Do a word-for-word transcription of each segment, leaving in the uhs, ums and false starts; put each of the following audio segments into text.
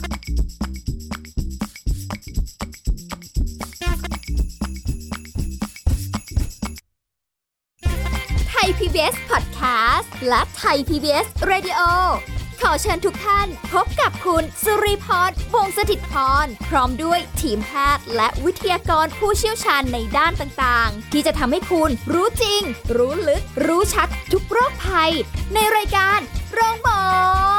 ไทย พี บี เอส Podcast และ Thai พี บี เอส Radio ขอเชิญทุกท่านพบกับคุณสุริพร วงศ์สถิตพรพร้อมด้วยทีมแพทย์และวิทยากรผู้เชี่ยวชาญในด้านต่างๆที่จะทำให้คุณรู้จริงรู้ลึกรู้ชัดทุกโรคภัยในรายการโรงหมอ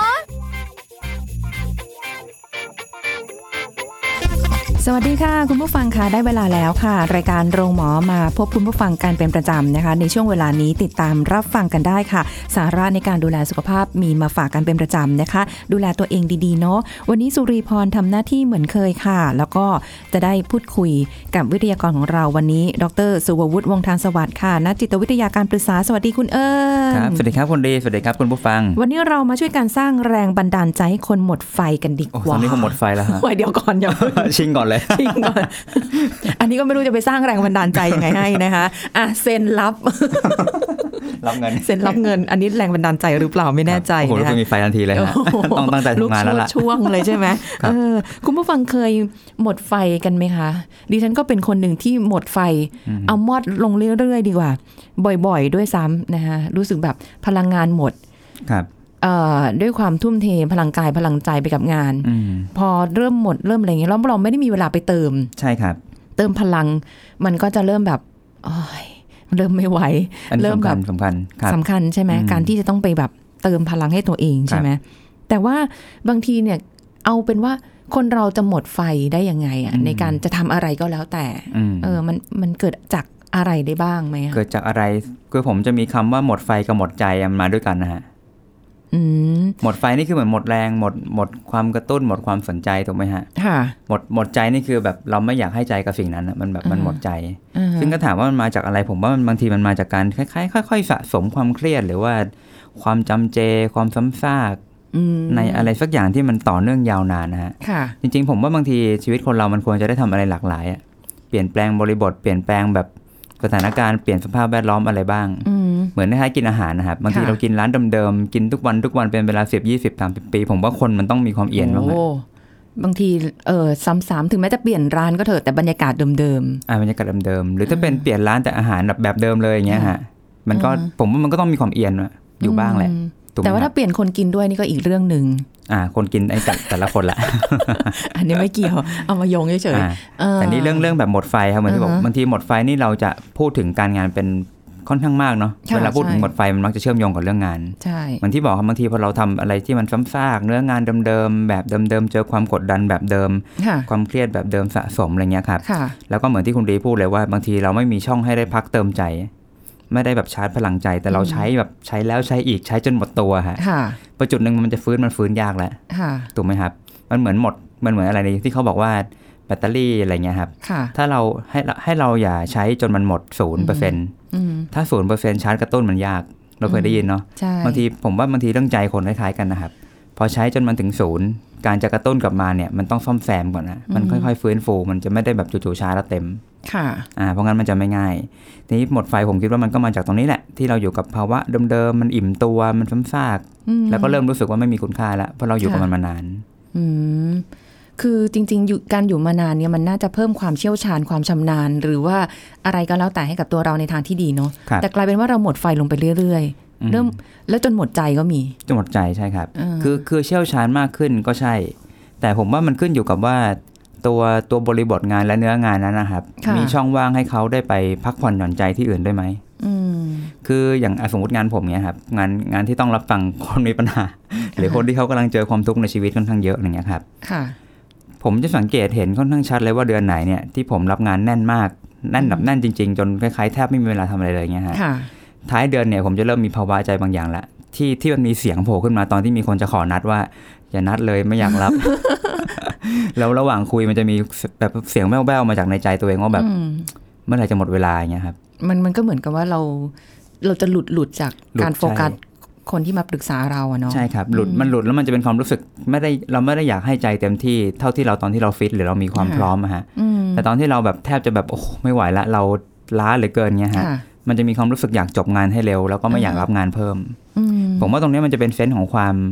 สวัสดีค่ะคุณผู้ฟังค่ะได้เวลาแล้วค่ะรายการโรงหมอมาพบคุณผู้ฟังกันเป็นประจำนะคะในช่วงเวลานี้ติดตามรับฟังกันได้ค่ะสาระในการดูแลสุขภาพมีมาฝากกันเป็นประจำนะคะดูแลตัวเองดีๆเนาะวันนี้สุริพรทำหน้าที่เหมือนเคยค่ะแล้วก็จะได้พูดคุยกับวิทยากรของเราวันนี้ดร.สุวัฒน์วงศ์ทานสวัสดิ์ค่ะนักจิตวิทยาการปรึกษาสวัสดีคุณเอิญครับสวัสดีครับคุณดีสวัสดีครับคุณผู้ฟังวันนี้เรามาช่วยกันสร้างแรงบันดาลใจให้คนหมดไฟกันดีกว่าตอนนี้ผมหมดไฟแล้วฮะเดี๋ยวก่อนอย่าชิงก่อนเลยชิงก่อนอันนี้ก็ไม่รู้จะไปสร้างแรงบันดาลใจยังไงให้นะคะอ่ะเซ็นรับรับเงินเซ็นรับเงินอันนี้แรงบันดาลใจหรือเปล่าไม่แน่ใจนะโอ้โหคุณมีไฟทันทีเลยฮะต้องตั้งใจทำงานแล้วล่ะช่วงเลยใช่ไหมเออคุณผู้ฟังเคยหมดไฟกันไหมคะดิฉันก็เป็นคนหนึ่งที่หมดไฟเอามอดลงเรื่อยๆดีกว่าบ่อยๆด้วยซ้ำนะคะรู้สึกแบบพลังงานหมดครับเอ่อด้วยความทุ่มเทพลังกายพลังใจไปกับงานพอเริ่มหมดเริ่มอะไรอย่างเงี้ยแล้วเราไม่ได้มีเวลาไปเติมใช่ครับเติมพลังมันก็จะเริ่มแบบโอ๊ยเริ่มไม่ไหวเริ่มแบบสำคัญสำคัญใช่ไหมการที่จะต้องไปแบบเติมพลังให้ตัวเองใช่ไหมแต่ว่าบางทีเนี่ยเอาเป็นว่าคนเราจะหมดไฟได้ยังไงอ่ะในการจะทำอะไรก็แล้วแต่เออมันมันเกิดจากอะไรได้บ้างไหมเกิดจากอะไรคือผมจะมีคำว่าหมดไฟกับหมดใจมาด้วยกันนะฮะหมดไฟนี่คือเหมือนหมดแรงหมดหมดความกระตุ้นหมดความสนใจถูกไหมฮะค่ะหมดหมดใจนี่คือแบบเราไม่อยากให้ใจกับสิ่งนั้นนะมันแบบมันหมดใจซึ่งก็ถามว่ามันมาจากอะไรผมว่ามันบางทีมันมาจากการคล้ายๆค่อยๆสะสมความเครียดหรือว่าความจำเจความซ้ำซากในอะไรสักอย่างที่มันต่อเนื่องยาวนานนะฮะจริงๆผมว่าบางทีชีวิตคนเรามันควรจะได้ทำอะไรหลากหลายอะเปลี่ยนแปลงบริบทเปลี่ยนแปลงแบบสถานการณ์เปลี่ยนสภาพแวดล้อมอะไรบ้างเหมือนคล้ายๆกินอาหารนะครับบางทีเรากินร้านเดิมๆกินทุกวันทุกวันเป็นเวลาสิบ ยี่สิบ สามสิบปีผมว่าคนมันต้องมีความเอียนบ้างบางทีเออซ้ำๆถึงแม้จะเปลี่ยนร้านก็เถอะแต่บรรยากาศเดิมๆอ่าบรรยากาศเดิมๆหรือถ้าเป็นเปลี่ยนร้านแต่อาหารแบบแบบเดิมเลยอย่างเงี้ยฮะมันก็ผมว่ามันก็ต้องมีความเอียนอยู่บ้างแหละแต่ว่าถ้าเปลี่ยนคนกินด้วยนี่ก็อีกเรื่องนึงอ่าคนกินไอ้แต่แต่ละคนละอันนี้ไม่เกี่ยวเอามาโยงเฉยๆแต่นี่เรื่องเรื่องแบบหมดไฟครับเหมือนที่บอกบางทีหมดไฟนี่เราจะพูดถึงการงานเป็นค่อนข้างมากเนาะเวลาพูดถึงหมดไฟมันมักจะเชื่อมโยงกับเรื่องงานใช่เหมือนที่บอกครับบางทีพอเราทำอะไรที่มันซ้ำซากเนื้องานเดิมๆแบบเดิมๆเจอความกดดันแบบเดิมความเครียดแบบเดิมสะสมอะไรเงี้ยครับแล้วก็เหมือนที่คุณดีพูดเลยว่าบางทีเราไม่มีช่องให้ได้พักเติมใจไม่ได้แบบชาร์จพลังใจแต่เราใช้แบบใช้แล้วใช้อีกใช้จนหมดตัวฮะพอจุดหนึ่งมันจะฟื้นมันฟื้นยากแล้วถูกไหมครับมันเหมือนหมดมันเหมือนอะไรนี่ที่เขาบอกว่าแบตเตอรี่อะไรเงี้ยครับถ้าเราให้ให้เราอย่าใช้จนมันหมด ศูนย์เปอร์เซ็นต์ ถ้า ศูนย์เปอร์เซ็นต์ ชาร์จกระตุ้นมันยากเราเคยได้ยินเนาะบางทีผมว่าบางทีเรื่องใจคนคล้ายๆกันนะครับพอใช้จนมันถึงศูนย์การจะกระตุ้นกลับมาเนี่ยมันต้องซ่อมแซมก่อนนะมันค่อยๆฟื้นฟูมันจะไม่ได้แบบจู่ๆชาร์จแล้วเต็มค่ะอ่าเพราะงั้นมันจะไม่ง่ายทีนี้หมดไฟผมคิดว่ามันก็มาจากตรงนี้แหละที่เราอยู่กับภาวะเดิมๆมันอิ่มตัวมันซ้ำซากแล้วก็เริ่มรู้สึกว่าไม่มีคุณค่าแล้วเพราะเราอยู่กับมันมานานอืมคือจริงๆอยู่การอยู่มานานเนี่ยมันน่าจะเพิ่มความเชี่ยวชาญความชำนาญหรือว่าอะไรก็แล้วแต่ให้กับตัวเราในทางที่ดีเนาะแต่กลายเป็นว่าเราหมดไฟลงไปเรื่อยๆเริ่มแล้วจนหมดใจก็มีจนหมดใจใช่ครับคือคือเชี่ยวชาญมากขึ้นก็ใช่แต่ผมว่ามันขึ้นอยู่กับว่าตัวตัวบริบทงานและเนื้องานนั้นนะครับมีช่องว่างให้เขาได้ไปพักผ่อนหย่อนใจที่อื่นได้ไหมคืออย่างสมมติงานผมเนี่ยครับงานงานที่ต้องรับฟังคนมีปัญหาหรือคนที่เขากำลังเจอความทุกข์ในชีวิตค่อนข้างเยอะอย่างเงี้ยครับผมจะสังเกตเห็นค่อนข้างชัดเลยว่าเดือนไหนเนี่ยที่ผมรับงานแน่นมากแน่นแบบแน่นจริงๆจนคล้ายๆแทบไม่มีเวลาทำอะไรเลยเงี้ยฮะท้ายเดือนเนี่ยผมจะเริ่มมีภาวะใจบางอย่างละที่ที่มันมีเสียงโผล่ขึ้นมาตอนที่มีคนจะขอนัดว่าอย่านัดเลยไม่อยากรับ แล้วระหว่างคุยมันจะมีแบบเสียงแว่วๆมาจากในใจตัวเองว่าแบบเมื่อไหร่จะหมดเวลาอย่างเงี้ยครับมันมันก็เหมือนกับว่าเราเราจะหลุดหลุดจากการโฟกัสคนที่มาปรึกษาเราอะเนาะใช่ครับหลุดมันหลุดแล้วมันจะเป็นความรู้สึกไม่ได้เราไม่ได้อยากให้ใจเต็มที่เท่าที่เราตอนที่เราฟิตหรือเรามีความพร้อมอะฮะแต่ตอนที่เราแบบแทบจะแบบโอ้ไม่ไหวละเราล้าเหลือเกินเงี้ยฮะมันจะมีความรู้สึกอยากจบงานให้เร็วแล้วก็ไม่อยากรับงานเพิ่มผมว่าตรงนี้มันจะเป็นเซนส์ของความ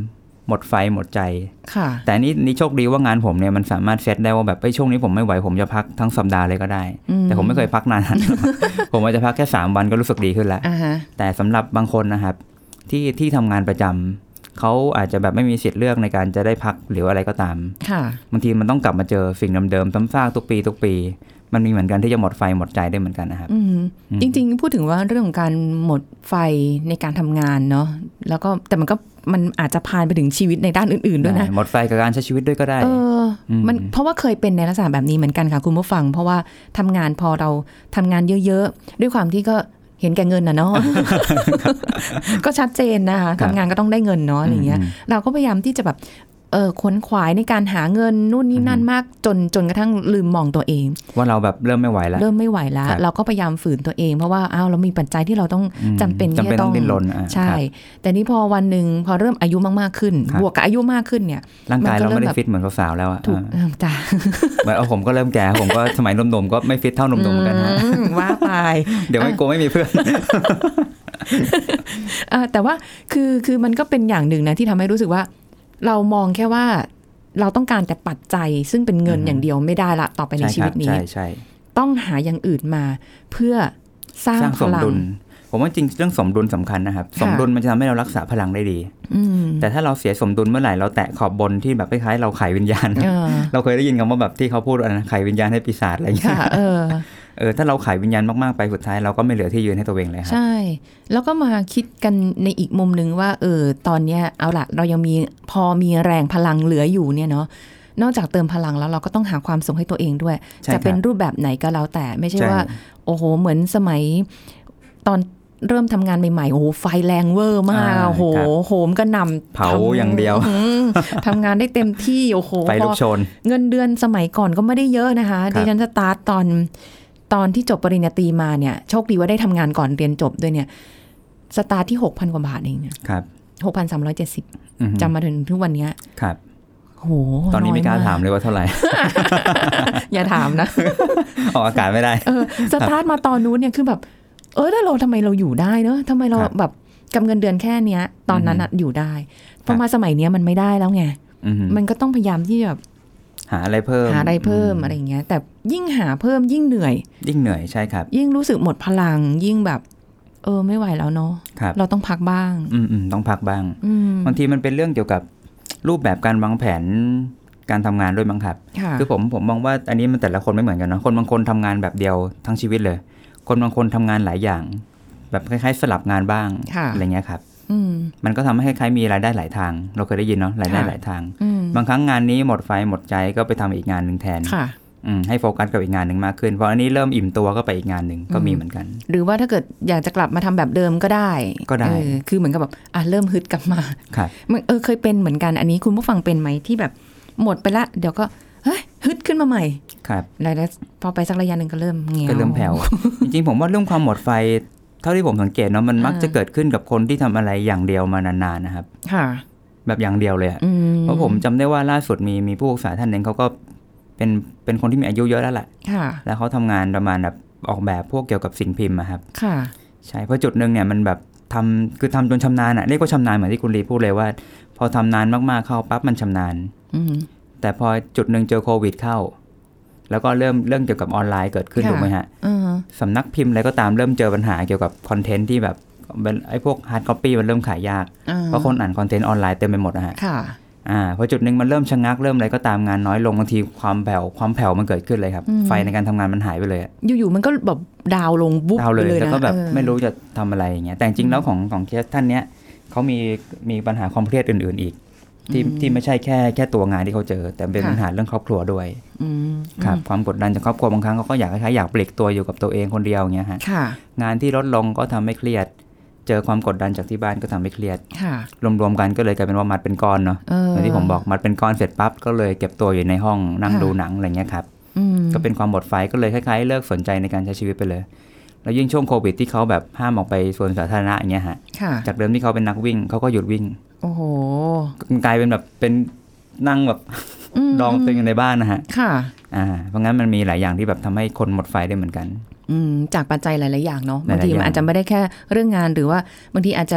หมดไฟหมดใจค่ะแต่นี่นี่โชคดีว่างานผมเนี่ยมันสามารถเซตได้ว่าแบบไอ้ช่วงนี้ผมไม่ไหวผมจะพักทั้งสัปดาห์เลยก็ได้แต่ผมไม่เคยพักนาน ผมอาจจะพักแค่สามวันก็รู้สึกดีขึ้นแล้ว uh-huh. แต่สำหรับบางคนนะครับที่ที่ทำงานประจำเขาอาจจะแบบไม่มีสิทธิ์เลือกในการจะได้พักหรืออะไรก็ตามบางทีมันต้องกลับมาเจอสิ่งเดิมๆซ้ำซากทุกปีทุกปีมันมีเหมือนกันที่จะหมดไฟหมดใจได้เหมือนกันนะครับจริงๆพูดถึงว่าเรื่องของการหมดไฟในการทำงานเนาะแล้วก็แต่มันก็มันอาจจะพาไปถึงชีวิตในด้านอื่นๆด้วยนะหมดไฟกับการใช้ชีวิตด้วยก็ได้เออมันเพราะว่าเคยเป็นในลักษณะแบบนี้เหมือนกันค่ะคุณผู้ฟังเพราะว่าทำงานพอเราทำงานเยอะๆด้วยความที่ก็เห็นแก่เงินนะเนาะ ก็ชัดเจนนะคะทำงานก็ต้องได้เงินเนาะอะไรเงี้ยเราก็พยายามที่จะแบบเออขวนขวายในการหาเงินนู่นนี่นั่นมากจนจนกระทั่งลืมมองตัวเองว่าเราแบบเริ่มไม่ไหวแล้วเริ่มไม่ไหวแล้วเราก็พยายามฝืนตัวเองเพราะว่าอ้าวเรามีปัจจัยที่เราต้องจำเป็นที่ต้องดิ้นรนใช่แต่นี้พอวันหนึ่งพอเริ่มอายุมากๆขึ้นบวกกับอายุมากขึ้นเนี่ยร่างกายเราไม่ได้ฟิตเหมือนสาวๆแล้วอ่ะถูกจ้ะเหมือนเอาผมก็เริ่มแก่ผมก็สมัยหนุ่มๆก็ไม่ฟิตเท่าหนุ่มๆเหมือนกันนะว่าไปเดี๋ยวไม่โกไม่มีเพื่อนแต่ว่าคือคือมันก็เป็นอย่างหนึ่งนะที่ทำให้รู้สึกว่าเรามองแค่ว่าเราต้องการแต่ปัจจัยซึ่งเป็นเงินอย่างเดียวไม่ได้ละต่อไปในชีวิตนี้ต้องหาอย่างอื่นมาเพื่อสร้างพลังผมว่าจริงเรื่องสมดุลสำคัญนะครับสมดุลมันจะทำให้เรารักษาพลังได้ดีแต่ถ้าเราเสียสมดุลเมื่อไหร่เราแตะขอบบนที่แบบคล้ายๆเราไขวิญญาณเราเคยได้ยินคำว่าแบบที่เขาพูดว่าไขวิญญาณให้ปีศาจอะไรอย่างเงี้ยเออถ้าเราไขวิญญาณมากๆไปสุดท้ายเราก็ไม่เหลือที่ยืนให้ตัวเองเลยครับใช่แล้วก็มาคิดกันในอีกมุมนึงว่าเออตอนเนี้ยเอาล่ะเรายังมีพอมีแรงพลังเหลืออยู่เนี่ยเนาะนอกจากเติมพลังแล้วเราก็ต้องหาความสุขให้ตัวเองด้วยจะเป็นรูปแบบไหนก็แล้วแต่ไม่ใช่ว่าโอ้โหเหมือนสมัยตอนเริ่มทำงานใหม่ๆโอ้โหไฟแรงเวอร์มากโอ้โหโหมก็นำเผาอย่างเดียวทำงานได้เต็มที่โอ้โหไฟลุกโชนเงินเดือนสมัยก่อนก็ไม่ได้เยอะนะคะดิฉันสตาร์ทตอนตอนที่จบปริญญาตรีมาเนี่ยโชคดีว่าได้ทำงานก่อนเรียนจบด้วยเนี่ยสตาร์ทที่ หกพัน กว่าบาทเองเนี่ยครับหกพันสามร้อยเจ็ดสิบ จำมาถึงทุกวันนี้ครับโหตอนนี้ไม่กล้าถามเลยว่าเท่าไหร่อย่าถามนะออกอากาศไม่ได้เออสตาร์ทมาตอนนู้นเนี่ยคือแบบเออแล้วเราทำไมเราอยู่ได้เนอะทำไมเราแบบกับเงินเดือนแค่เนี้ยตอนนั้นอยู่ได้พอมาสมัยนี้มันไม่ได้แล้วไงมันก็ต้องพยายามที่แบบหาอะไรเพิ่มหาอะไรเพิ่มอะไรอย่างเงี้ยแต่ยิ่งหาเพิ่มยิ่งเหนื่อยยิ่งเหนื่อยใช่ครับยิ่งรู้สึกหมดพลังยิ่งแบบเออไม่ไหวแล้วเนาะเราต้องพักบ้างอืมต้องพักบ้างบางทีมันเป็นเรื่องเกี่ยวกับรูปแบบการวางแผนการทำงานด้วยมั้งครับคือผมผมมองว่าอันนี้มันแต่ละคนไม่เหมือนกันเนาะคนบางคนทำงานแบบเดียวทั้งชีวิตเลยคนบางคนทำงานหลายอย่างแบบคล้ายๆสลับงานบ้างอะไรเงี้ยครับมันก็ทำให้คล้ายๆมีรายได้หลายทางเราเคยได้ยินเนาะรายได้หลายทางบางครั้งงานนี้หมดไฟหมดใจก็ไปทำอีกงานหนึ่งแทนให้โฟกัสกับอีกงานหนึ่งมากขึ้นเพราะอันนี้เริ่มอิ่มตัวก็ไปอีกงานหนึ่งก็มีเหมือนกันหรือว่าถ้าเกิดอยากจะกลับมาทำแบบเดิมก็ได้ก็ได้คือเหมือนกับแบบอ่ะเริ่มฮึดกลับมามันเออเคยเป็นเหมือนกันอันนี้คุณผู้ฟังเป็นไหมที่แบบหมดไปละเดี๋ยวก็เฮ้ยฮึดขึ้นมาใหม่ครับแล้วพอไปสักระยะหนึ่งก็เริ่มเงียบก็เริ่มแผ่ว จริงๆผมว่าเรื่องความหมดไฟเท่าที่ผมสังเกตเนาะมันมักจะเกิดขึ้นกับคนที่ทำอะไรอย่างเดียวมานานๆนะครับค่ะแบบอย่างเดียวเลยเพราะผมจำได้ว่าล่าสุดมีมีผู้ปรึกษาท่านหนึ่งเขาก็เป็นเป็นคนที่มีอายุเยอะแล้วแหละแล้วเขาทำงานประมาณแบบออกแบบพวกเกี่ยวกับสิ่งพิมพ์ครับค่ะใช่เพราะจุดนึงเนี่ยมันแบบทำคือทำจนชำนาญอ่ะเรียกว่าชำนาญเหมือนที่คุณลีพูดเลยว่าพอทำนานมากๆเข้าปั๊บมันชำนาญแต่พอจุดนึงเจอโควิดเข้าแล้วก็เริ่มเรื่องเกี่ยวกับออนไลน์เกิดขึ้นถูกไหมฮะสำนักพิมพ์อะไรก็ตามเริ่มเจอปัญหาเกี่ยวกับคอนเทนต์ที่แบบไอ้พวกฮาร์ดคอปปี้มันเริ่มขายยากเพราะคนอ่านคอนเทนต์ออนไลน์เต็มไปหมดนะฮะอ่าพอจุดนึงมันเริ่มชะงักเริ่มอะไรก็ตามงานน้อยลงบางทีความแผ่วความแผ่วมันเกิดขึ้นเลยครับไฟในการทำงานมันหายไปเลยอยู่ๆมันก็แบบดาวลงบุ๊บไปเลยแล้วก็แบบไม่รู้จะทำอะไรอย่างเงี้ยแต่จริงแล้วของของเคสท่านเนี้ยเขามีมีปัญหาความเครียดอื่นๆอีกที่ที่ไม่ใช่แค่แค่ตัวงานที่เขาเจอแต่เป็นปัญหาเรื่องครอบครัวด้วยครับความกดดันจากครอบครัวบางครั้งเขาก็อยากคล้ายๆอยากปลีกตัวอยู่กับตัวเองคนเดียวอย่างเงี้ยฮะงานที่ลดลงก็ทำให้เครียดเจอความกดดันจากที่บ้านก็ทำให้เครียดรวมๆกันก็เลยกลายเป็นว่ามัดเป็นก้อนเนาะอย่างที่ผมบอกมัดเป็นก้อนเสร็จปั๊บก็เลยเก็บตัวอยู่ในห้องนั่งดูหนังอะไรเงี้ยครับก็เป็นความหมดไฟก็เลยคล้ายๆเลิกสนใจในการใช้ชีวิตไปเลยแล้วยิ่งช่วงโควิดที่เขาแบบห้ามออกไปสวนสาธารณะอย่างเงี้ยฮะจากเดิมที่เขาเป็นนักวิ่งเขาก็หยุดวิ่งโอ้โหกลายเป็นแบบเป็นนั่งแบบดองตัวเองในบ้านนะฮะค่ะอ่าเพราะงั้นมันมีหลายอย่างที่แบบทำให้คนหมดไฟได้เหมือนกันอืมจากปัจจัยหลายๆอย่างเนาะบางทีมันอาจจะไม่ได้แค่เรื่องงานหรือว่าบางทีอาจจะ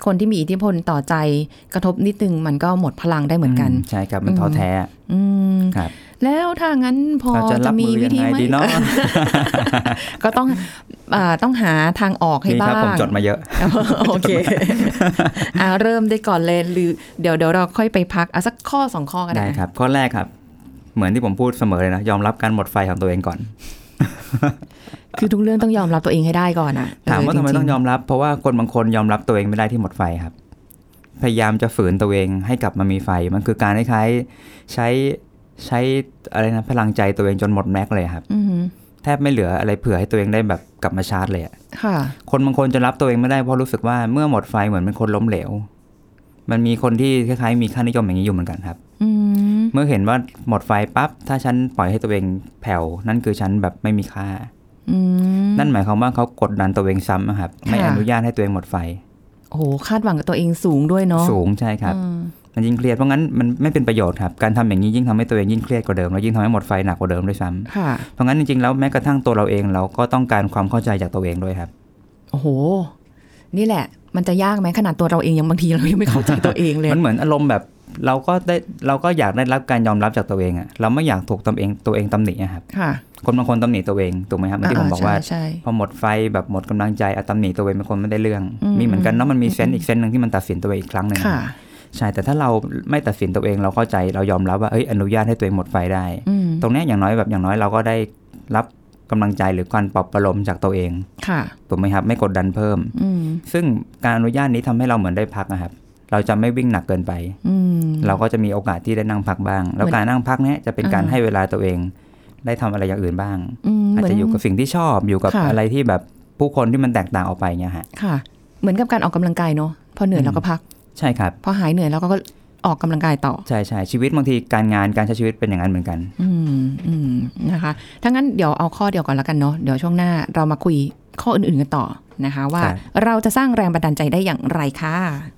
คนที่มีอิทธิพลต่อใจกระทบนิดนึงมันก็หมดพลังได้เหมือนกันใช่ครับมันท้อแท้อืมครับแล้วถ้างั้นพอจะมีวิธีไหมก็ต้องอ่าต้องหาทางออกให้บ้างผมจดมาเยอะโอเคอ่าเริ่มได้ก่อนเลยหรือเดี๋ยวเดี๋ยวเราค่อยไปพักอ่ะสักข้อสองข้อก็ได้ได้ครับข้อแรกครับเหมือนที่ผมพูดเสมอเลยนะยอมรับการหมดไฟของตัวเองก่อนคือทุกเรื่องต้องยอมรับตัวเองให้ได้ก่อนอ่ะถามว่าทำไมต้องยอมรับเพราะว่าคนบางคนยอมรับตัวเองไม่ได้ที่หมดไฟครับพยายามจะฝืนตัวเองให้กลับมามีไฟมันคือการคล้ายๆใช้ใช้อะไรนะพลังใจตัวเองจนหมดแม็กเลยครับแทบไม่เหลืออะไรเผื่อให้ตัวเองได้แบบกลับมาชาร์จเลยอ่ะคนบางคนจะรับตัวเองไม่ได้เพราะรู้สึกว่าเมื่อหมดไฟเหมือนเป็นคนล้มเหลวมันมีคนที่คล้ายๆมีค่านิยมอย่างนี้อยู่เหมือนกันครับเมื่อเห็นว่าหมดไฟปั๊บถ้าฉันปล่อยให้ตัวเองแผ่วนั่นคือฉันแบบไม่มีค่านั่นหมายความว่าเขากดดันตัวเองซ้ำครับไม่อนุญาตให้ตัวเองหมดไฟโอ้โหคาดหวังกับตัวเองสูงด้วยเนาะสูงใช่ครับมันยิ่งเครียดเพราะงั้นมันไม่เป็นประโยชน์ครับการทำอย่างนี้ยิ่งทำให้ตัวเองยิ่งเครียดกว่าเดิมแล้วยิ่งทำให้หมดไฟหนักกว่าเดิมด้วยซ้ำเพราะงั้นจริงๆแล้วแม้กระทั่งตัวเราเองเราก็ต้องการความเข้าใจจากตัวเองด้วยครับโอ้โหนี่แหละมันจะยากไหมขนาดตัวเราเองยังบางทีเรายังไม่เข้าใจตัวเองเลยมันเหมือนอารมณ์แบบเราก็ได้เราก็อยากได้รับการยอมรับจากตัวเองอะเราไม่อยากถูกตำเองตัวเองตำหนิอะครับคนบางคนตำหนิตัวเองถูกไหมครับที่ผมบอกว่าพอหมดไฟแบบหมดกำลังใจอะตำหนิตัวเองเป็นคนไม่ได้เรื่องมีเหมือนกันเนาะมันมีเซนส์อีกเซนส์นึงที่มันตัดสินตัวเองอีกครั้งนึงใช่แต่ถ้าเราไม่ตัดสินตัวเองเราเข้าใจเรายอมรับว่าเอ้ยอนุญาตให้ตัวเองหมดไฟได้ตรงนี้อย่างน้อยแบบอย่างน้อยเราก็ได้รับกำลังใจหรือการปลอบประโลมจากตัวเองถูกไหมครับไม่กดดันเพิ่มซึ่งการอนุญาตนี้ทำให้เราเหมือนได้พักนะครับเราจะไม่วิ่งหนักเกินไปเราก็จะมีโอกาสที่ได้นั่งพักบ้างแล้วการนั่งพักนี้จะเป็นการให้เวลาตัวเองได้ทำอะไรอย่างอื่นบ้างอาจจะอยู่กับสิ่งที่ชอบอยู่กับอะไรที่แบบผู้คนที่มันแตกต่างออกไปเนี่ยฮะค่ะเหมือนกับการออกกำลังกายเนาะพอเหนื่อยเราก็พักใช่ครับพอหายเหนื่อยเราก็ออกกำลังกายต่อใช่ใช่ชีวิตบางทีการงานการใช้ชีวิตเป็นอย่างนั้นเหมือนกันอืมอืมนะคะถ้างั้นเดี๋ยวเอาข้อเดียวก่อนแล้วกันเนาะเดี๋ยวช่วงหน้าเรามาคุยข้ออื่นๆกันต่อนะคะว่าเราจะสร้างแรงบันดาลใจได้อย่างไรค่ะ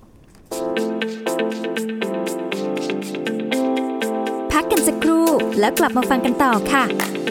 พักกันสักครู่แล้วกลับมาฟังกันต่อค่ะ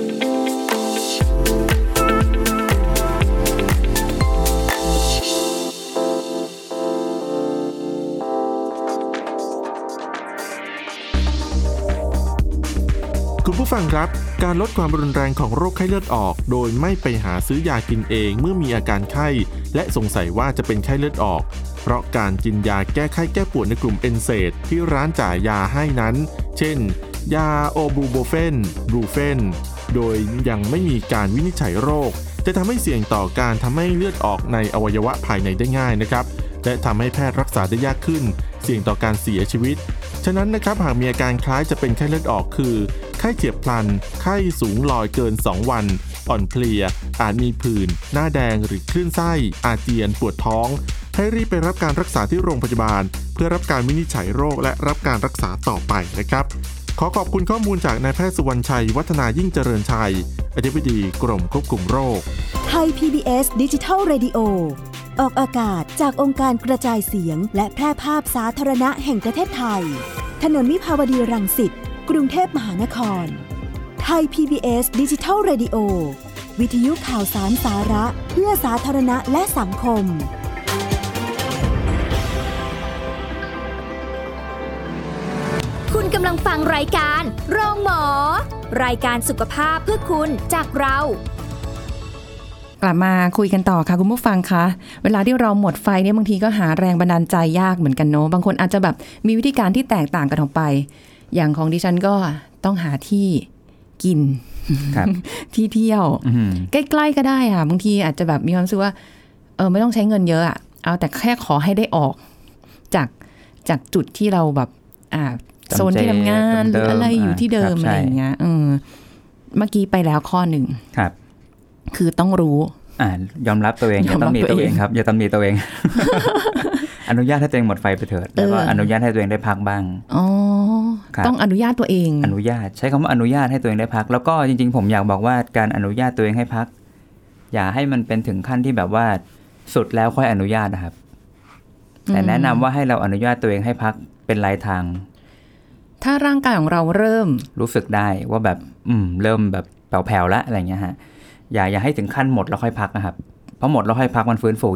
คุณผู้ฟังครับการลดความรุนแรงของโรคไข้เลือดออกโดยไม่ไปหาซื้อยากินเองเมื่อมีอาการไข้และสงสัยว่าจะเป็นไข้เลือดออกเพราะการกินยาแก้ไข้แก้ปวดในกลุ่มเอนเซดที่ร้านจ่ายยาให้นั้นเช่นยาโอบูโบเฟนบรูเฟนโดยยังไม่มีการวินิจฉัยโรคจะทำให้เสี่ยงต่อการทำให้เลือดออกในอวัยวะภายในได้ง่ายนะครับและทำให้แพทย์รักษาได้ยากขึ้นเสี่ยงต่อการเสียชีวิตฉะนั้นนะครับหากมีอาการคล้ายจะเป็นไข้เลือดออกคือไข้เฉียบพลันไข้สูงลอยเกินสองวันอ่อนเพลียอาจมีผื่นหน้าแดงหรือคลื่นไส้อาเจียนปวดท้องให้รีบไปรับการรักษาที่โรงพยาบาลเพื่อรับการวินิจฉัยโรคและรับการรักษาต่อไปนะครับขอขอบคุณข้อมูลจากนายแพทย์สุวรรณชัยวัฒนายิ่งเจริญชัยอธิบดีกรมควบคุมโรคไทย พี บี เอส Digital Radio ออกอากาศจากองค์การกระจายเสียงและแพร่ภาพสาธารณะแห่งประเทศไทยถนนวิภาวดีรังสิตกรุงเทพมหานครไทย พี บี เอส Digital Radio วิทยุข่าวสารสาระเพื่อสาธารณะและสังคมคุณกำลังฟังรายการโรงหมอรายการสุขภาพเพื่อคุณจากเรากลับมาคุยกันต่อค่ะคุณผู้ฟังคะเวลาที่เราหมดไฟเนี่ยบางทีก็หาแรงบันดาลใจยากเหมือนกันเนาะบางคนอาจจะแบบมีวิธีการที่แตกต่างกันออกไปอย่างของดิฉันก็ต้องหาที่กิน ที่เที่ยวใกล้ๆก็ได้ค่ะบางทีอาจจะแบบมีความรู้สึกว่าเออไม่ต้องใช้เงินเยอะอะเอาแต่แค่ขอให้ได้ออกจากจากจุดที่เราแบบอ่าโซนที่ทำงานหรืออะไรอยู่ที่เดิมอะไรอย่างเงี้ยเออเมื่อกี้ไปแล้วข้อหนึ่งครับคือต้องรู้อ่ายอมรับตัวเองอย่าตำหนิตัวเองครับอย่าตำหนิตัวเอง อนุญาตให้ตัวเองหมดไฟไปเถิดแล้วก็อนุญาตให้ตัวเองได้พักบ้างอ๋อต้องอนุญาตตัวเองอนุญาตใช้คำว่าอนุญาตให้ตัวเองได้พักแล้วก็จริงๆผมอยากบอกว่าการอนุญาตตัวเองให้พักอย่าให้มันเป็นถึงขั้นที่แบบว่าสุดแล้วค่อยอนุญาตนะครับแต่แนะนำว่าให้เราอนุญาตตัวเองให้พักเป็นรายทางถ้าร่างกายของเราเริ่มรู้สึกได้ว่าแบบอืมเริ่มแบบแผ่วๆแล้วอะไรเงี้ยฮะอย่าอย่าให้ถึงขั้นหมดแล้วค่อยพักนะครับเพราะหมดแล้วค่อยพักมันฟื้นฟูยาก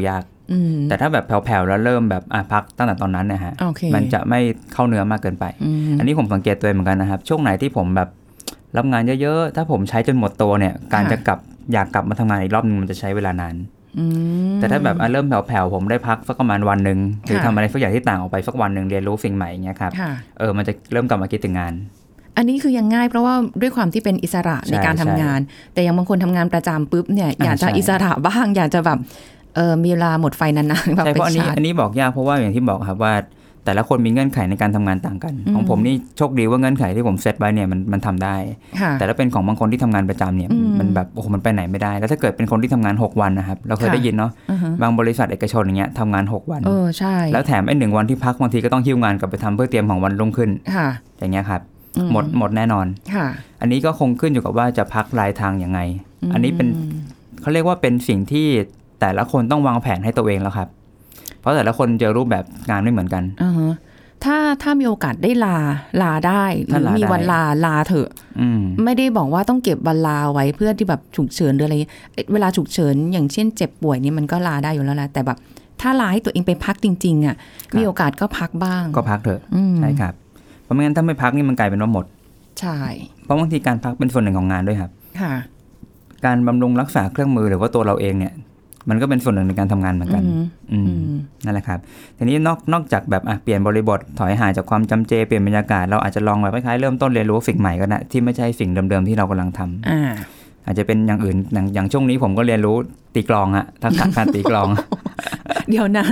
แต่ถ้าแบบแผ่วๆแล้วเริ่มแบบอ่ะพักตั้งแต่ตอนนั้นนะฮะ okay. มันจะไม่เข้าเนื้อมากเกินไป อ, อันนี้ผมสังเกตตัวเองเหมือนกันนะครับช่วงไหนที่ผมแบบรับงานเยอะๆถ้าผมใช้จนหมดตัวเนี่ยการจะกลับอยากกลับมาทำงานอีกรอบนึงมันจะใช้เวลานานแต่ถ้าแบบเริ่มแผ่วๆผมได้พักสักประมาณวันนึงหรือทำอะไรสักอย่างที่ต่างออกไปสักวันนึงเรียนรู้สิ่งใหม่อย่างเงี้ยครับเออมันจะเริ่มกลับมาคิดถึงงานอันนี้คือยังง่ายเพราะว่าด้วยความที่เป็นอิสระในการทำงานแต่ยังบางคนทำงานประจำปุ๊บเนี่ยอยากจะอิสระบ้างอยากจะแบบเออมีเวลาหมดไฟนานๆแบบไปชาร์จใช่เพราะอันนี้อันนี้บอกยากเพราะว่าอย่างที่บอกครับว่าแต่ละคนมีเงื่อนไขในการทำงานต่างกันของผมนี่โชคดีว่าเงื่อนไขที่ผมเซตไว้เนี่ยมันมันทำได้แต่ถ้าเป็นของบางคนที่ทำงานประจำเนี่ยมันแบบโอ้โหมันไปไหนไม่ได้แล้วถ้าเกิดเป็นคนที่ทำงานหกวันนะครับเราเคยได้ยินเนาะบางบริษัทเอกชนอย่างเงี้ยทำงานหกวันเออใช่แล้วแถมไอ้หนึ่งวันที่พักบางทีก็ต้องหิ้วงานกลับไปทำเพื่อเตรียมของวันรุ่งขึ้นอย่างเงี้ยครับหมดหมดแน่นอนอันนี้ก็คงขึ้นอยู่กับว่าจะพักรายทางยังไงอันนี้เป็นเขาเรียกว่าเป็นสิ่งที่แต่ละคนต้องวางแผนให้ตัวเองแล้วครับเพราะแต่ละคนเจอรูปแบบงานไม่เหมือนกันอ่าฮะถ้าถ้ามีโอกาสได้ลาลาได้หรือมีวันลาลาเถอะไม่ได้บอกว่าต้องเก็บวันลาไว้เพื่อที่แบบฉุกเฉินหรืออะไรเวลาฉุกเฉินอย่างเช่นเจ็บป่วยนี่มันก็ลาได้อยู่แล้วแหละแต่แบบถ้าลาให้ตัวเองไปพักจริงๆอ่ะมีโอกาสก็พักบ้างก็พักเถอะใช่ครับเพราะไม่งั้นถ้าไม่พักนี่มันกลายเป็นว่าหมดใช่เพราะบางทีการพักเป็นส่วนหนึ่งของงานด้วยครับค่ะการบำรุงรักษาเครื่องมือหรือว่าตัวเราเองเนี่ยมันก็เป็นส่วนหนึ่งในการทำงานเหมือนกันนั่นแหละครับทีนี้นอกนอกจากแบบอ่ะเปลี่ยนบริบทถอยห่างจากความจำเจเปลี่ยนบรรยากาศเราอาจจะลองแบบคล้ายๆเริ่มต้นเรียนรู้สิ่งใหม่ก็ได้ที่ไม่ใช่สิ่งเดิมๆที่เรากำลังทำอ่าอาจจะเป็นอย่างอื่นอย่างอย่างช่วงนี้ผมก็เรียนรู้ตีกลองฮะทักษะการตีกลองเดี๋ยวนะ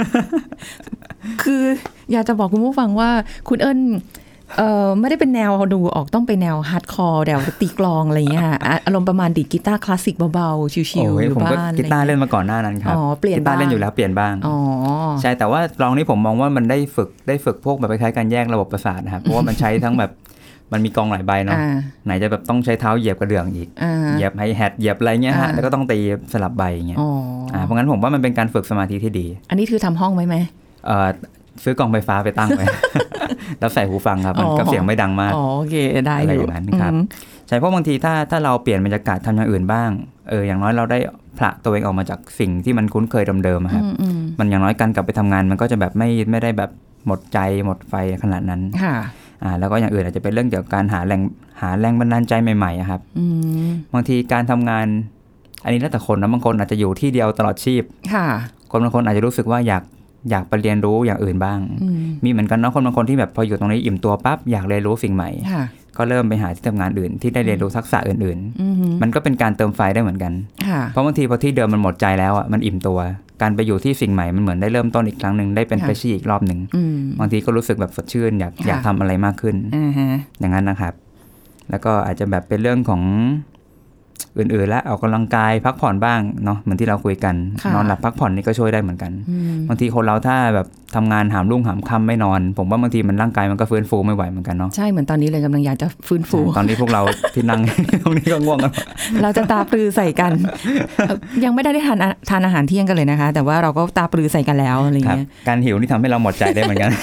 คืออยากจะบอกคุณผู้ฟังว่าคุณเอิญเอ่อไม่ได้เป็นแนวดูออกต้องเป็นแนวฮาร์ดคอร์แนวตีกลองอะไรเงี้ยอารมณ์ประมาณดีดกีตาร์คลาสสิกเบาๆชิวๆอยู่บ้านกีตาร์เล่นมาก่อนหน้านั้นครับกีตาร์เล่นอยู่แล้วเปลี่ยนบ้างอ๋อใช่แต่ว่ากลองนี่ผมมองว่ามันได้ฝึกได้ฝึกพวกแบบคล้ายๆการแยกระบบประสาทนะครับเพราะว่ามันใช้ทั้งแบบมันมีกองหลายใบเนาะไหนจะแบบต้องใช้เท้าเหยียบกระเดื่องอีกเหยียบไฮแฮทเหยียบอะไรเงี้ยฮะแล้วก็ต้องตีสลับใบอย่างเงี้ยอ่าเพราะงั้นผมว่ามันเป็นการฝึกสมาธิที่ดีอันนี้คือทำห้องไว้ไหมเอ่อซื้อกล่องไฟฟ้าไปตั้งไว้ แล้วใส่หูฟังครับมันก็เสียงไม่ดังมากอ๋อโอเคได้อะไรอย่างนั้นครับใช่เพราะบางทีถ้าถ้าเราเปลี่ยนบรรยากาศทำอย่างอื่นบ้างเอออย่างน้อยเราได้ผละตัวเองออกมาจากสิ่งที่มันคุ้นเคยเดิมๆครับมันอย่างน้อยการกลับไปทำงานมันก็จะแบบไม่ไม่ได้แบบหมดใจหมดไฟขนาดนั้นค่ะอ่าแล้วก็อย่างอื่นอาจจะเป็นเรื่องเกี่ยวกับการหาแรงหาแรงบันดาลใจใหม่ๆครับบางทีการทำงานอันนี้แล้วแต่คนนะบางคนอาจจะอยู่ที่เดียวตลอดชีพค่ะคนบางคนอาจจะรู้สึกว่าอยากอยากไปเรียนรู้อย่างอื่นบ้างมีเหมือนกันเนาะคนบางคนที่แบบพออยู่ตรงนี้อิ่มตัวปั๊บอยากเรียนรู้สิ่งใหม่ก็เริ่มไปหาที่ทำงานอื่นที่ได้เรียนรู้ทักษะอื่นๆมันก็เป็นการเติมไฟได้เหมือนกันเพราะบางทีพอที่เดิมมันหมดใจแล้วอ่ะมันอิ่มตัวการไปอยู่ที่สิ่งใหม่มันเหมือนได้เริ่มต้นอีกครั้งนึงได้เป็นเฟรชชี่อีกรอบนึงบางทีก็รู้สึกแบบสดชื่นอยากอยากทำอะไรมากขึ้นอย่างนั้นนะครับแล้วก็อาจจะแบบเป็นเรื่องของอื่นๆแล้วออกกำลังกายพักผ่อนบ้างเนาะเหมือนที่เราคุยกันนอนหลับพักผ่อนนี่ก็ช่วยได้เหมือนกันบางทีคนเราถ้าแบบทำงานหามรุ่งหามค่ำไม่นอนผมว่าบางทีมันร่างกายมันก็ฟื้นฟูไม่ไหวเหมือนกันเนาะใช่เหมือนตอนนี้เลยกำลังอยากจะฟื้นฟูตอนนี้พวกเราที่นั่ง ตรงนี้ก็ง่วงกันเราจะตาปลือใส่กัน ยังไม่ได้ได้ทานทานอาหารเที่ยงกันเลยนะคะแต่ว่าเราก็ตาปลือใส่กันแล้วอะไรเงี้ยการหิวนี่ทำให้เราหมดใจได้เหมือนกัน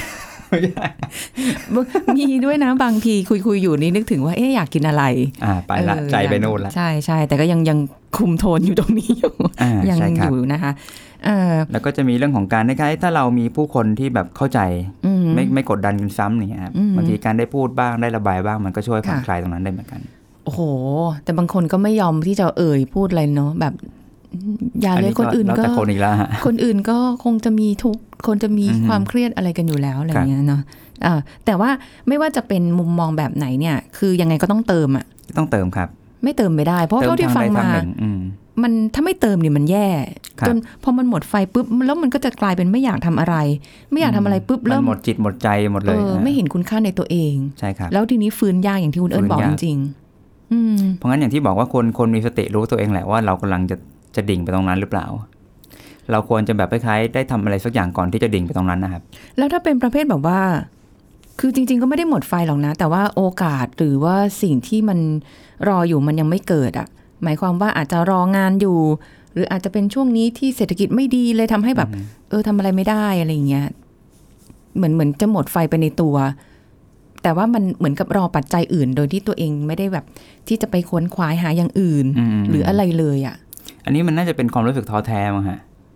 มีด้วยนะบางทีคุยๆอยู่นี่นึกถึงว่าเอ๊ะอยากกินอะไรอ่าไปละใจไปโน่นละใช่ใช่แต่ก็ยังยังคุมโทนอยู่ตรงนี้อยู่ยังอยู่นะคะแล้วก็จะมีเรื่องของการคล้ายๆถ้าเรามีผู้คนที่แบบเข้าใจไม่ไม่กดดันกันซ้ำอย่างเงี้ยครับบางทีการได้พูดบ้างได้ระบายบ้างมันก็ช่วยผ่อนคลายตรงนั้นได้เหมือนกันโอ้โหแต่บางคนก็ไม่ยอมที่จะเอ่ยพูดอะไรเนาะแบบอย่าเลยคนอื่นก็คนอีกแล้วฮะคนอื่นก็คงจะมีทุกคนจะมีความเครียดอะไรกันอยู่แล้วอะไรเงี้ยเนาะแต่ว่าไม่ว่าจะเป็นมุมมองแบบไหนเนี่ยคือยังไงก็ต้องเติมอ่ะต้องเติมครับไม่เติมไม่ได้เพราะเท่าที่ฟังมามันถ้าไม่เติมเนี่ยมันแย่จนพอมันหมดไฟปุ๊บแล้วมันก็จะกลายเป็นไม่อยากทำอะไรไม่อยากทำอะไรปุ๊บเริ่มหมดจิตหมดใจหมดเลยไม่เห็นคุณค่าในตัวเองใช่ครับแล้วทีนี้ฟื้นยากอย่างที่คุณเอิญบอกจริงๆเพราะงั้นอย่างที่บอกว่าคนคนมีสติรู้ตัวเองแหละว่าเรากำลังจะจะดิ่งไปตรงนั้นหรือเปล่าเราควรจะแบบคล้ายๆได้ทำอะไรสักอย่างก่อนที่จะดิ่งไปตรงนั้นนะครับแล้วถ้าเป็นประเภทแบบว่าคือจริงๆก็ไม่ได้หมดไฟหรอกนะแต่ว่าโอกาสหรือว่าสิ่งที่มันรออยู่มันยังไม่เกิดอ่ะหมายความว่าอาจจะรองานอยู่หรืออาจจะเป็นช่วงนี้ที่เศรษฐกิจไม่ดีเลยทำให้แบบเออทำอะไรไม่ได้อะไรอย่างเงี้ยเหมือนเหมือนจะหมดไฟไปในตัวแต่ว่ามันเหมือนกับรอปัจจัยอื่นโดยที่ตัวเองไม่ได้แบบที่จะไปค้นคว้าหาอย่างอื่นหรืออะไรเลยอ่ะอันนี้มันน่าจะเป็นความรู้สึกท้อแท้มั้งฮะ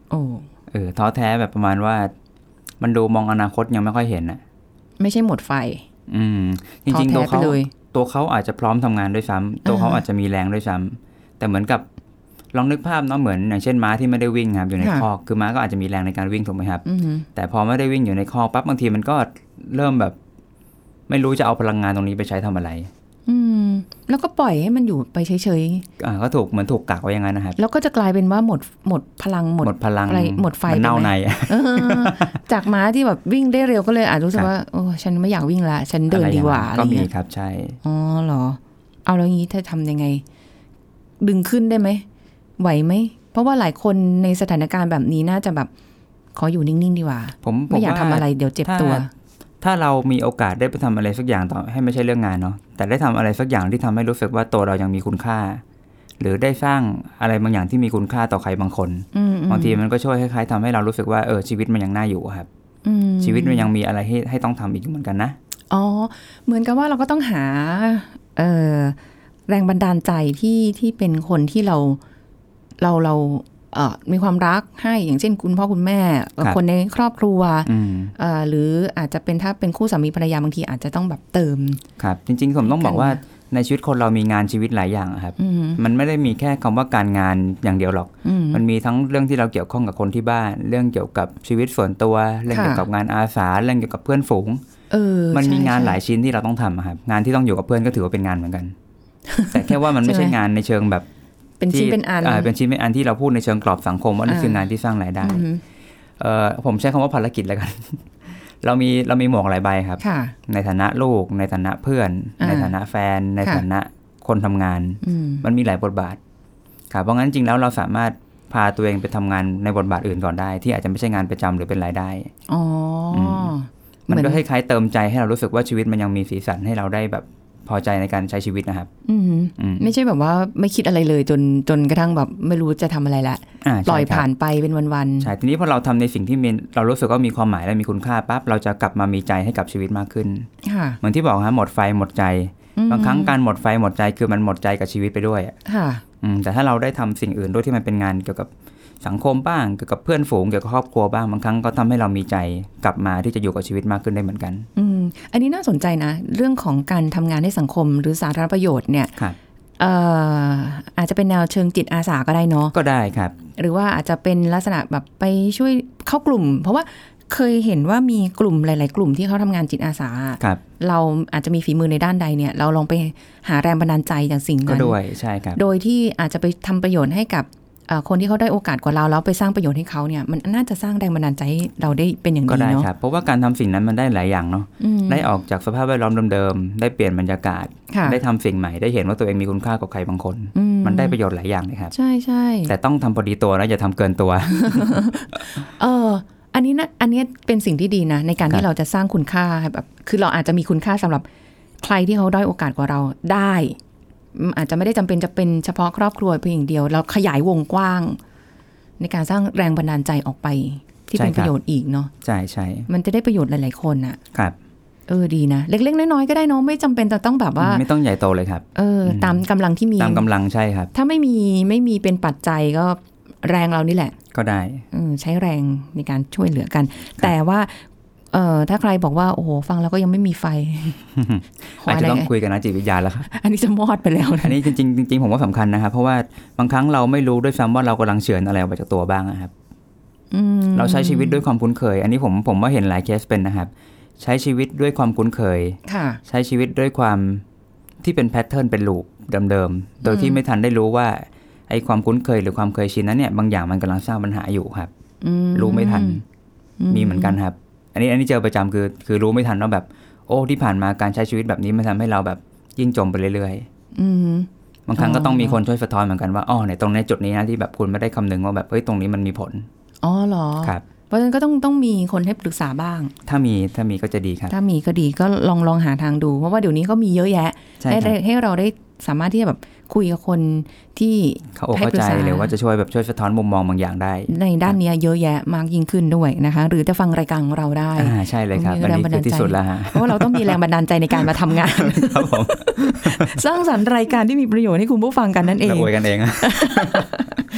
โอ้เออท้อแท้แบบประมาณว่ามันดูมองอนาคตยังไม่ค่อยเห็นอ่ะไม่ใช่หมดไฟอืมจริงๆตัวเขาตัวเขาอาจจะพร้อมทำงานด้วยซ้ำตัวเขาอาจจะมีแรงด้วยซ้ำแต่เหมือนกับลองนึกภาพเนาะเหมือนอย่างเช่นม้าที่ไม่ได้วิ่งครับอยู่ในคอกคือม้าก็อาจจะมีแรงในการวิ่งถูกไหมครับแต่พอไม่ได้วิ่งอยู่ในคอกปั๊บบางทีมันก็เริ่มแบบไม่รู้จะเอาพลังงานตรงนี้ไปใช้ทำอะไรอืมแล้วก็ปล่อยให้มันอยู่ไปเฉยๆอ่าก็ถูกเหมือนถูกกักไว้อย่างนั้นนะครับแล้วก็จะกลายเป็นว่าหมดหมดพลังหมดหมดพลังอะไรหมดไฟมันเน่าในจากม้าที่แบบวิ่งได้เร็วก็เลยอาจรู้สึกว่าโอ้ฉันไม่อยากวิ่งละฉันเดินดีกว่าก็มีครับใช่อ๋อเหรอเอาแล้วงี้ถ้าทำยังไงดึงขึ้นได้ไหมไหวไหมเพราะว่าหลายคนในสถานการณ์แบบนี้น่าจะแบบขออยู่นิ่งๆดีกว่าผมไม่อยากทำอะไรเดี๋ยวเจ็บตัวถ้าเรามีโอกาสได้ไปทำอะไรสักอย่างต่อให้ไม่ใช่เรื่องงานเนาะแต่ได้ทำอะไรสักอย่างที่ทำให้รู้สึกว่าตัวเรายังมีคุณค่าหรือได้สร้างอะไรบางอย่างที่มีคุณค่าต่อใครบางคนบางทีมันก็ช่วยคล้ายๆทำให้เรารู้สึกว่าเออชีวิตมันยังน่าอยู่ครับชีวิตมันยังมีอะไรให้ให้ต้องทำอีกเหมือนกันนะอ๋อเหมือนกับว่าเราก็ต้องหาเอ่อแรงบันดาลใจที่ที่เป็นคนที่เราเราเราเอ่อมีความรักให้อย่างเช่นคุณพ่อคุณแม่คนในครอบครัวเอ่อหรืออาจจะเป็นถ้าเป็นคู่สามีภรรยาบางทีอาจจะต้องแบบเติมครับจริงๆผมต้องบอกว่าในชีวิตคนเรามีงานชีวิตหลายอย่างครับมันไม่ได้มีแค่คำว่าการงานอย่างเดียวหรอกมันมีทั้งเรื่องที่เราเกี่ยวข้องกับคนที่บ้านเรื่องเกี่ยวกับชีวิตส่วนตัวเรื่องเกี่ยวกับงานอาสาเรื่องเกี่ยวกับเพื่อนฝูงมันมีงานหลายชิ้นที่เราต้องทำครับงานที่ต้องอยู่กับเพื่อนก็ถือว่าเป็นงานเหมือนกันแต่แค่ว่ามันไม่ใช่งานในเชิงแบบเป็นชิ้นเป็นอันเป็นชิ้นเป็นอันที่เราพูดในเชิงกรอบสังคมว่านี่คืองานที่สร้างรายได้ผมใช้คำว่าภารกิจแล้วกันเรามีเรามีหมวกหลายใบครับในฐานะลูกในฐานะเพื่อนในฐานะแฟนในฐานะคนทำงานมันมีหลายบทบาทครับเพราะงั้นจริงแล้วเราสามารถพาตัวเองไปทำงานในบทบาทอื่นก่อนได้ที่อาจจะไม่ใช่งานประจำหรือเป็นรายได้อ๋อมันก็คล้ายๆเติมใจให้เรารู้สึกว่าชีวิตมันยังมีสีสันให้เราได้แบบพอใจในการใช้ชีวิตนะครับไม่ใช่แบบว่าไม่คิดอะไรเลยจนจนกระทั่งแบบไม่รู้จะทำอะไรละปล่อยผ่านไปเป็นวันๆใช่ทีนี้พอเราทำในสิ่งที่เรารู้สึกว่ามีความหมายและมีคุณค่าปั๊บเราจะกลับมามีใจให้กับชีวิตมากขึ้นเหมือนที่บอกครับหมดไฟหมดใจบางครั้งการหมดไฟหมดใจคือมันหมดใจกับชีวิตไปด้วยแต่ถ้าเราได้ทำสิ่งอื่นด้วยที่มันเป็นงานเกี่ยวกับสังคมบ้างเกี่ยวกับเพื่อนฝูงเกี่ยวกับครอบครัวบ้างบางครั้งก็ทำให้เรามีใจกลับมาที่จะอยู่กับชีวิตมากขึ้นได้เหมือนกันอืมอันนี้น่าสนใจนะเรื่องของการทำงานให้สังคมหรือสาธารณประโยชน์เนี่ยเอ่ออาจจะเป็นแนวเชิงจิตอาสาก็ได้เนาะก็ได้ครับหรือว่าอาจจะเป็นลักษณะแบบไปช่วยเข้ากลุ่มเพราะว่าเคยเห็นว่ามีกลุ่มหลายๆกลุ่มที่เขาทำงานจิตอาสาเราอาจจะมีฝีมือในด้านใดเนี่ยเราลองไปหาแรงบันดาลใจจากสิ่งนั้นก็ด้วยใช่ครับโดยที่อาจจะไปทำประโยชน์ให้กับคนที่เขาได้โอกาสกว่าเราแล้วไปสร้างประโยชน์ให้เขาเนี่ยมันน่าจะสร้างแรงบันดาลใจให้เราได้เป็นอย่างดีเนาะก็ได้ครับเพราะว่าการทำสิ่งนั้นมันได้หลายอย่างเนาะได้ออกจากสภาพแวดล้อมเดิมๆได้เปลี่ยนบรรยากาศได้ทำสิ่งใหม่ได้เห็นว่าตัวเองมีคุณค่ากับใครบางคนมันได้ประโยชน์หลายอย่างเลยครับใช่ใช่แต่ต้องทำพอดีตัวนะอย่าทำเกินตัวเอออันนี้นะอันนี้เป็นสิ่งที่ดีนะในการที่เราจะสร้างคุณค่าแบบคือเราอาจจะมีคุณค่าสำหรับใครที่เขาได้โอกาสกว่าเราได้อาจจะไม่ได้จำเป็นจะเป็นเฉพาะครอบครัวเพียงอย่างเดียวเราขยายวงกว้างในการสร้างแรงบันดาลใจออกไปที่เป็นประโยชน์อีกเนาะใช่ใช่มันจะได้ประโยชน์หลายๆคนอ่ะครับเออดีนะเล็กๆน้อยๆก็ได้เนาะไม่จำเป็นจะต้องแบบว่าไม่ต้องใหญ่โตเลยครับเออตามกำลังที่มีตามกำลังใช่ครับถ้าไม่มีไม่มีเป็นปัจจัยก็แรงเรานี่แหละก็ได้ใช้แรงในการช่วยเหลือกันแต่ว่าเอ่อถ้าใครบอกว่าโอ้โหฟังแล้วก็ยังไม่มีไฟอาจจะต้องคุยกันนะจิตวิทยาแล้วครับอันนี้จะมอดไปแล้วอันนี้จริงๆจริงๆผมว่าสำคัญนะครับเพราะว่าบางครั้งเราไม่รู้ด้วยซ้ำว่าเรากำลังเฉือนอะไรออกไปจากตัวบ้างนะครับเราใช้ชีวิตด้วยความคุ้นเคยอันนี้ผมผมว่าเห็นหลายเคสเป็นนะครับใช้ชีวิตด้วยความคุ้นเคยใช้ชีวิตด้วยความที่เป็นแพทเทิร์นเป็นลูปเดิมๆโดยที่ไม่ทันได้รู้ว่าไอ้ความคุ้นเคยหรือความเคยชินนั้นเนี่ยบางอย่างมันกำลังสร้างปัญหาอยู่ครับรู้ไม่ทันมีเหมือนกันครับอันนี้อันนี้เจอประจำคือคือรู้ไม่ทันว่าแบบโอ้ที่ผ่านมาการใช้ชีวิตแบบนี้มันทำให้เราแบบยิ่งจมไปเรื่อยๆบางครั้งก็ต้องมีคนช่วยสะท้อนเหมือนกันว่าอ๋อในตรงในจุดนี้นะที่แบบคุณไม่ได้คำนึงว่าแบบเฮ้ยตรงนี้มันมีผลอ๋อเหรอครับเพราะฉะนั้นก็ต้องต้องมีคนให้ปรึกษาบ้างถ้ามีถ้ามีก็จะดีครับถ้ามีก็ดีก็ลองลองหาทางดูเพราะว่าเดี๋ยวนี้ก็มีเยอะแยะให้ให้เราได้สามารถที่จะแบบคุยกับคนที่เขาเข้าใจหรือว่าจะช่วยแบบช่วยสะท้อนมุมมองบางอย่างได้ในด้านนี้เยอะแยะมากยิ่งขึ้นด้วยนะคะหรือจะฟังรายการของเราได้อ่าใช่เลยครับอันนี้คือที่สุดแล้วฮะเพราะว่าเราต้องมีแรงบันดาลใจในการมาทำงานครับผมสร้างสรรค์รายการที่มีประโยชน์ให้คุณผู้ฟังกันนั่นเองเราอวยกันเอง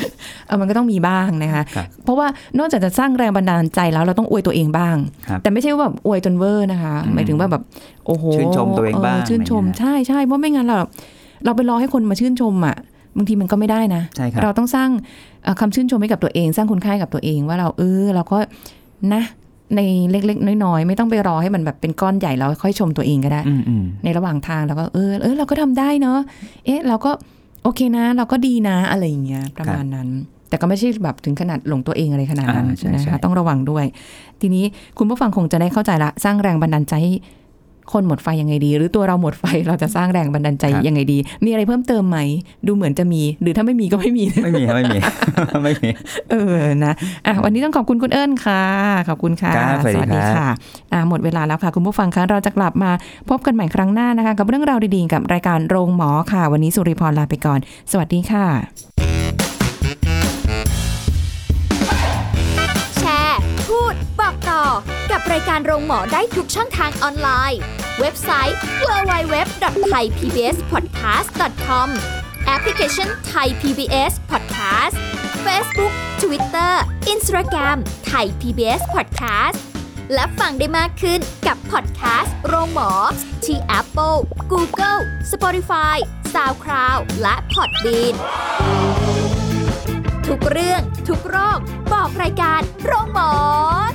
เออมันก็ต้องมีบ้างนะคะเพราะว่านอกจากจะสร้างแรงบันดาลใจแล้วเราต้องอวยตัวเองบ้างแต่ไม่ใช่ว่าแบบอวยจนเวอร์นะคะหมายถึงว่าแบบโอ้โหชื่นชมตัวเองบ้างชื่นชมใช่ใช่เพราะไม่งั้นเราเราไปรอให้คนมาชื่นชมอ่ะบางทีมันก็ไม่ได้นะเราต้องสร้างคำชื่นชมให้กับตัวเองสร้างคุณค่ากับตัวเองว่าเราเออเราก็นะในเล็กๆน้อยๆไม่ต้องไปรอให้มันแบบเป็นก้อนใหญ่แล้วค่อยชมตัวเองก็ได้ในระหว่างทางเราก็เออเออเราก็ทำได้เนาะเอ๊ะเราก็โอเคนะเราก็ดีนะอะไรอย่างเงี้ยประมาณนั้นแต่ก็ไม่ใช่แบบถึงขนาดหลงตัวเองอะไรขนาดนั้นนะคะต้องระวังด้วยทีนี้คุณผู้ฟังคงจะได้เข้าใจละสร้างแรงบันดาลใจคนหมดไฟยังไงดีหรือตัวเราหมดไฟเราจะสร้างแรงบันดาลใจยังไงดีมีอะไรเพิ่มเติมไหมดูเหมือนจะมีหรือถ้าไม่มีก็ไม่มีไม่มีไม่มีไม่มีเออนะอ่ะวันนี้ต้องขอบคุณคุณเอิญค่ะขอบคุณค่ะสวัสดีค่ะอ่ะหมดเวลาแล้วค่ะคุณผู้ฟังคะเราจะกลับมาพบกันใหม่ครั้งหน้านะคะกับเรื่องราวดีๆกับรายการโรงหมอค่ะวันนี้สุริพรลาไปก่อนสวัสดีค่ะแชร์พูดบอกต่อกับรายการโรงหมอได้ทุกช่องทางออนไลน์เว็บไซต์ ดับเบิลยู ดับเบิลยู ดับเบิลยู ดอท ไทยพีบีเอสพอดแคสต์ ดอท คอม แอปพลิเคชัน Thai พี บี เอส Podcast Facebook Twitter Instagram Thai พี บี เอส Podcast และฟังได้มากขึ้นกับพอดแคสต์โรงหมอที่ Apple, Google, Spotify, SoundCloud และ Podbean ทุกเรื่องทุกโรคบอกรายการโรงหมอ